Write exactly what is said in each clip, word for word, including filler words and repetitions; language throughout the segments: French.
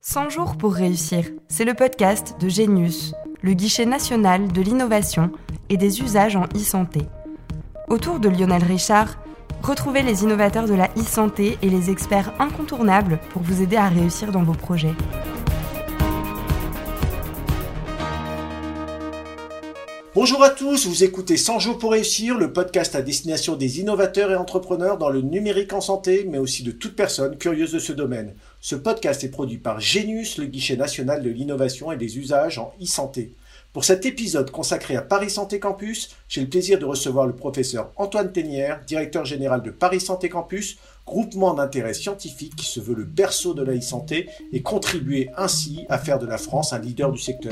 cent jours pour réussir, c'est le podcast de Genius, le guichet national de l'innovation et des usages en e-santé. Autour de Lionel Richard, retrouvez les innovateurs de la e-santé et les experts incontournables pour vous aider à réussir dans vos projets. Bonjour à tous, vous écoutez cent jours pour réussir, le podcast à destination des innovateurs et entrepreneurs dans le numérique en santé, mais aussi de toute personne curieuse de ce domaine. Ce podcast est produit par Genius, le guichet national de l'innovation et des usages en e-santé. Pour cet épisode consacré à Paris Santé Campus, j'ai le plaisir de recevoir le professeur Antoine Ténière, directeur général de Paris Santé Campus, groupement d'intérêt scientifique qui se veut le berceau de la e-santé et contribuer ainsi à faire de la France un leader du secteur.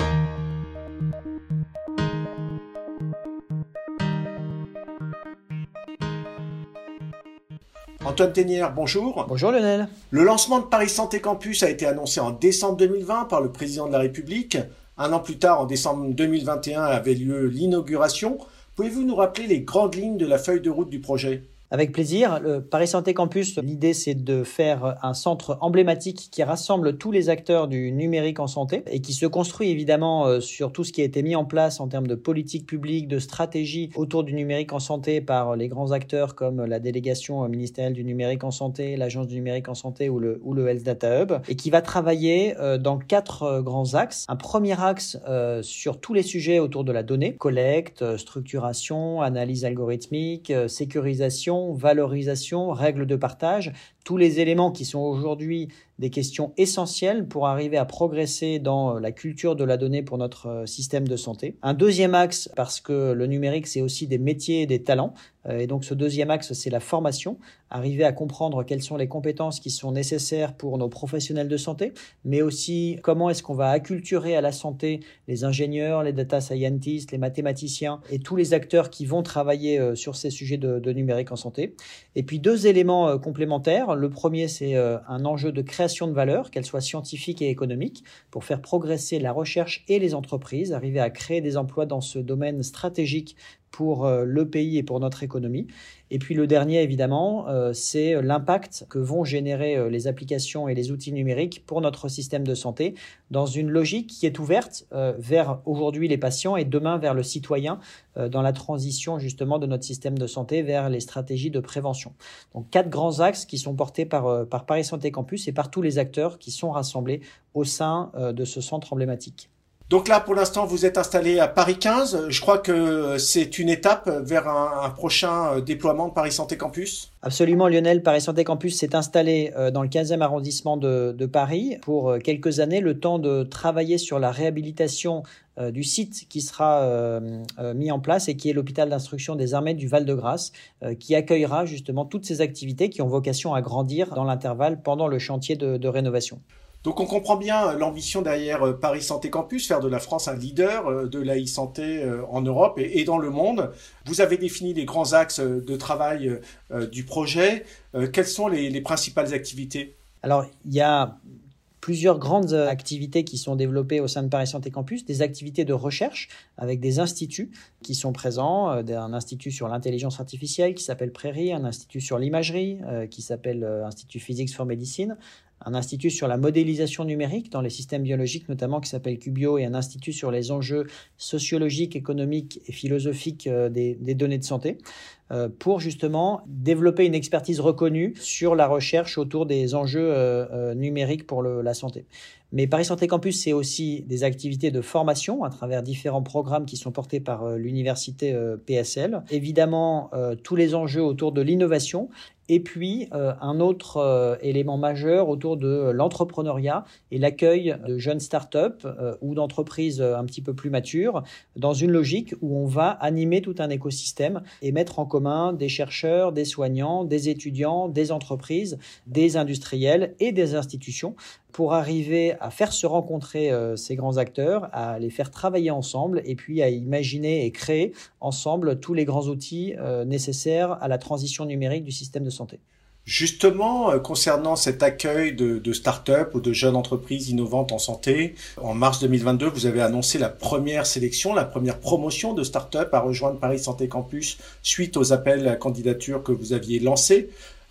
Antoine Ténière, bonjour. Bonjour Lionel. Le lancement de Paris Santé Campus a été annoncé en décembre deux mille vingt par le président de la République. Un an plus tard, en décembre deux mille vingt et un, avait lieu l'inauguration. Pouvez-vous nous rappeler les grandes lignes de la feuille de route du projet ? Avec plaisir. Le Paris Santé Campus, l'idée c'est de faire un centre emblématique qui rassemble tous les acteurs du numérique en santé et qui se construit évidemment sur tout ce qui a été mis en place en termes de politique publique, de stratégie autour du numérique en santé par les grands acteurs comme la délégation ministérielle du numérique en santé, l'agence du numérique en santé ou le, ou le Health Data Hub, et qui va travailler dans quatre grands axes. Un premier axe euh, sur tous les sujets autour de la donnée, collecte, structuration, analyse algorithmique, sécurisation, valorisation, règles de partage, tous les éléments qui sont aujourd'hui des questions essentielles pour arriver à progresser dans la culture de la donnée pour notre système de santé. Un deuxième axe, parce que le numérique, c'est aussi des métiers et des talents. Et donc, ce deuxième axe, c'est la formation. Arriver à comprendre quelles sont les compétences qui sont nécessaires pour nos professionnels de santé, mais aussi comment est-ce qu'on va acculturer à la santé les ingénieurs, les data scientists, les mathématiciens et tous les acteurs qui vont travailler sur ces sujets de, de numérique en santé. Et puis, deux éléments complémentaires. Le premier, c'est un enjeu de création de valeur, qu'elle soit scientifique et économique, pour faire progresser la recherche et les entreprises, arriver à créer des emplois dans ce domaine stratégique pour le pays et pour notre économie. Et puis le dernier, évidemment, euh, c'est l'impact que vont générer euh, les applications et les outils numériques pour notre système de santé dans une logique qui est ouverte euh, vers aujourd'hui les patients et demain vers le citoyen euh, dans la transition justement de notre système de santé vers les stratégies de prévention. Donc quatre grands axes qui sont portés par, euh, par Paris Santé Campus et par tous les acteurs qui sont rassemblés au sein euh, de ce centre emblématique. Donc là, pour l'instant, vous êtes installé à Paris quinze. Je crois que c'est une étape vers un, un prochain déploiement de Paris Santé Campus. Absolument, Lionel. Paris Santé Campus s'est installé dans le quinzième arrondissement de, de Paris pour quelques années, le temps de travailler sur la réhabilitation euh, du site qui sera euh, euh, mis en place et qui est l'hôpital d'instruction des armées du Val-de-Grâce, euh, qui accueillera justement toutes ces activités qui ont vocation à grandir dans l'intervalle pendant le chantier de, de rénovation. Donc on comprend bien l'ambition derrière Paris Santé Campus, faire de la France un leader de la e-santé en Europe et dans le monde. Vous avez défini les grands axes de travail du projet. Quelles sont les, les principales activités ? Alors, il y a plusieurs grandes activités qui sont développées au sein de Paris Santé Campus, des activités de recherche avec des instituts qui sont présents, un institut sur l'intelligence artificielle qui s'appelle Prairie, un institut sur l'imagerie qui s'appelle Institut Physics for Medicine, un institut sur la modélisation numérique dans les systèmes biologiques notamment qui s'appelle Cubio et un institut sur les enjeux sociologiques, économiques et philosophiques des, des données de santé euh, pour justement développer une expertise reconnue sur la recherche autour des enjeux euh, euh, numériques pour le, la santé. Mais Paris Santé Campus, c'est aussi des activités de formation à travers différents programmes qui sont portés par euh, l'université euh, P S L. Évidemment, euh, tous les enjeux autour de l'innovation. Et puis, euh, un autre euh, élément majeur autour de l'entrepreneuriat et l'accueil de jeunes startups euh, ou d'entreprises un petit peu plus matures dans une logique où on va animer tout un écosystème et mettre en commun des chercheurs, des soignants, des étudiants, des entreprises, des industriels et des institutions pour arriver à faire se rencontrer euh, ces grands acteurs, à les faire travailler ensemble et puis à imaginer et créer ensemble tous les grands outils euh, nécessaires à la transition numérique du système de santé. Justement, euh, concernant cet accueil de, de start-up ou de jeunes entreprises innovantes en santé, en mars deux mille vingt-deux, vous avez annoncé la première sélection, la première promotion de start-up à rejoindre Paris Santé Campus suite aux appels à candidature que vous aviez lancés.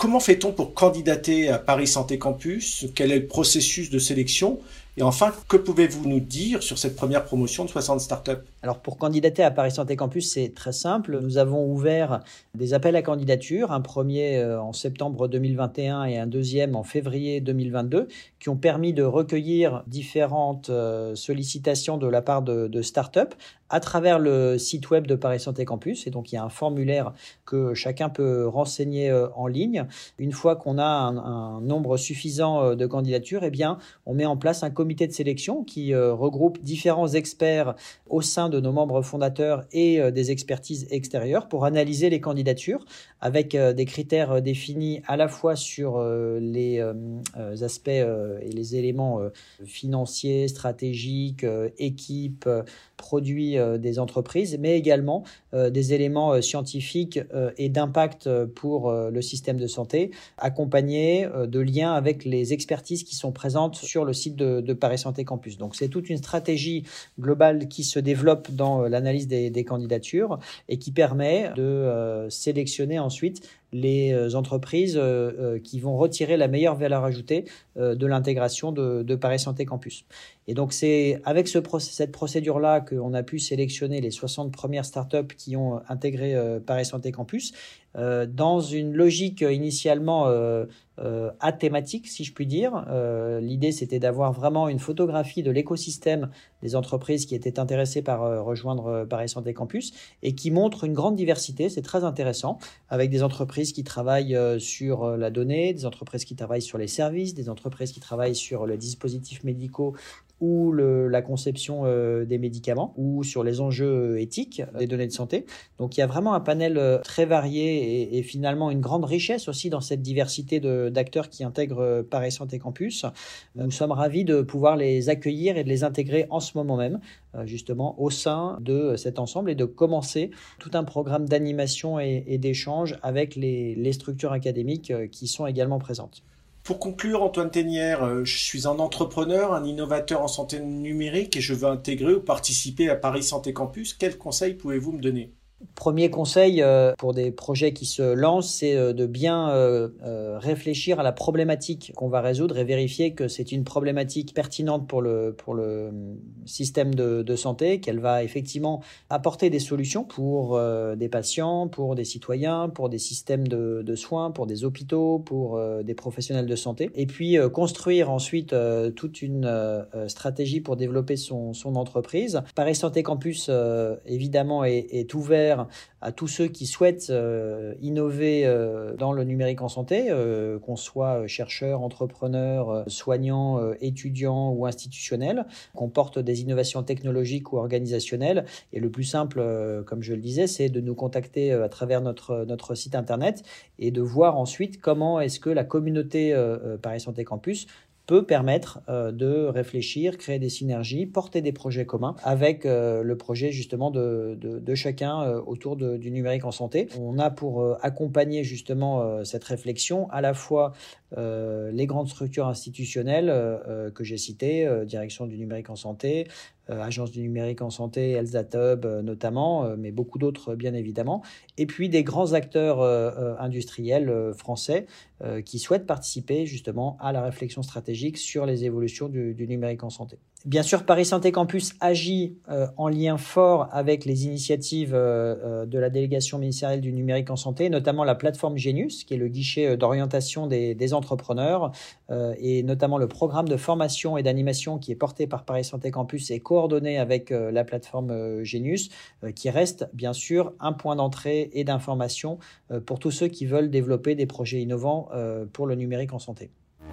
Comment fait-on pour candidater à Paris Santé Campus? Quel est le processus de sélection? Et enfin, que pouvez-vous nous dire sur cette première promotion de soixante startups? Alors pour candidater à Paris Santé Campus, c'est très simple. Nous avons ouvert des appels à candidature, un premier en septembre deux mille vingt et un et un deuxième en février deux mille vingt-deux, qui ont permis de recueillir différentes sollicitations de la part de, de startups à travers le site web de Paris Santé Campus. Et donc il y a un formulaire que chacun peut renseigner en ligne. Une fois qu'on a un, un nombre suffisant de candidatures, eh bien on met en place un comité de sélection qui euh, regroupe différents experts au sein de nos membres fondateurs et euh, des expertises extérieures pour analyser les candidatures avec euh, des critères euh, définis à la fois sur euh, les euh, aspects euh, et les éléments euh, financiers, stratégiques, euh, équipes, euh, produits euh, des entreprises, mais également euh, des éléments euh, scientifiques euh, et d'impact pour euh, le système de santé, accompagnés euh, de liens avec les expertises qui sont présentes sur le site de, de Paris Santé Campus. Donc c'est toute une stratégie globale qui se développe dans l'analyse des, des candidatures et qui permet de euh, sélectionner ensuite les entreprises euh, qui vont retirer la meilleure valeur ajoutée euh, de l'intégration de, de Paris Santé Campus. Et donc c'est avec ce, cette procédure-là qu'on a pu sélectionner les soixante premières startups qui ont intégré euh, Paris Santé Campus euh, dans une logique initialement euh, euh, athématique, si je puis dire. Euh, l'idée, c'était d'avoir vraiment une photographie de l'écosystème des entreprises qui étaient intéressées par euh, rejoindre euh, Paris Santé Campus et qui montre une grande diversité. C'est très intéressant, avec des entreprises qui travaillent euh, sur euh, la donnée, des entreprises qui travaillent sur les services, des entreprises qui travaillent sur les dispositifs médicaux ou le, la conception euh, des médicaments, ou sur les enjeux éthiques des données de santé. Donc il y a vraiment un panel euh, très varié et, et finalement une grande richesse aussi dans cette diversité de, d'acteurs qui intègrent euh, Paris Santé Campus. Nous sommes ravis de pouvoir les accueillir et de les intégrer en ce moment même, euh, justement au sein de cet ensemble, et de commencer tout un programme d'animation et, et d'échange avec les, les structures académiques euh, qui sont également présentes. Pour conclure, Antoine Ténière, je suis un entrepreneur, un innovateur en santé numérique et je veux intégrer ou participer à Paris Santé Campus. Quels conseils pouvez-vous me donner ? Premier conseil euh, pour des projets qui se lancent, c'est euh, de bien euh, euh, réfléchir à la problématique qu'on va résoudre et vérifier que c'est une problématique pertinente pour le, pour le système de, de santé, qu'elle va effectivement apporter des solutions pour euh, des patients, pour des citoyens, pour des systèmes de, de soins, pour des hôpitaux, pour euh, des professionnels de santé. Et puis euh, construire ensuite euh, toute une euh, stratégie pour développer son, son entreprise. Paris Santé Campus, euh, évidemment, est, est ouvert à tous ceux qui souhaitent euh, innover euh, dans le numérique en santé, euh, qu'on soit chercheurs, entrepreneurs, euh, soignants, euh, étudiants ou institutionnels, qu'on porte des innovations technologiques ou organisationnelles. Et le plus simple, euh, comme je le disais, c'est de nous contacter euh, à travers notre, notre site internet et de voir ensuite comment est-ce que la communauté euh, Paris Santé Campus peut permettre euh, de réfléchir, créer des synergies, porter des projets communs avec euh, le projet justement de, de, de chacun euh, autour de, du numérique en santé. On a pour euh, accompagner justement euh, cette réflexion à la fois euh, les grandes structures institutionnelles euh, que j'ai citées, euh, direction du numérique en santé, Euh, agence du numérique en santé, Elzatub euh, notamment, euh, mais beaucoup d'autres bien évidemment, et puis des grands acteurs euh, euh, industriels euh, français euh, qui souhaitent participer justement à la réflexion stratégique sur les évolutions du, du numérique en santé. Bien sûr, Paris Santé Campus agit euh, en lien fort avec les initiatives euh, de la délégation ministérielle du numérique en santé, notamment la plateforme Genius, qui est le guichet d'orientation des, des entrepreneurs, euh, et notamment le programme de formation et d'animation qui est porté par Paris Santé Campus et coordonné avec euh, la plateforme euh, Genius, euh, qui reste bien sûr un point d'entrée et d'information euh, pour tous ceux qui veulent développer des projets innovants euh, pour le numérique en santé.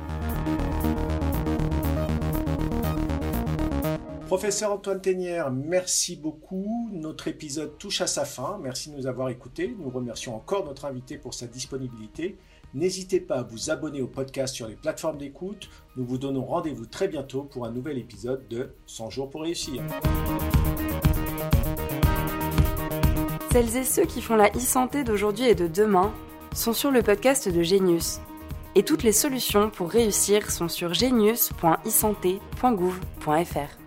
Professeur Antoine Ténière, merci beaucoup. Notre épisode touche à sa fin. Merci de nous avoir écoutés. Nous remercions encore notre invité pour sa disponibilité. N'hésitez pas à vous abonner au podcast sur les plateformes d'écoute. Nous vous donnons rendez-vous très bientôt pour un nouvel épisode de cent jours pour réussir. Celles et ceux qui font la e-santé d'aujourd'hui et de demain sont sur le podcast de Genius. Et toutes les solutions pour réussir sont sur genius point e santé point gouv point f r.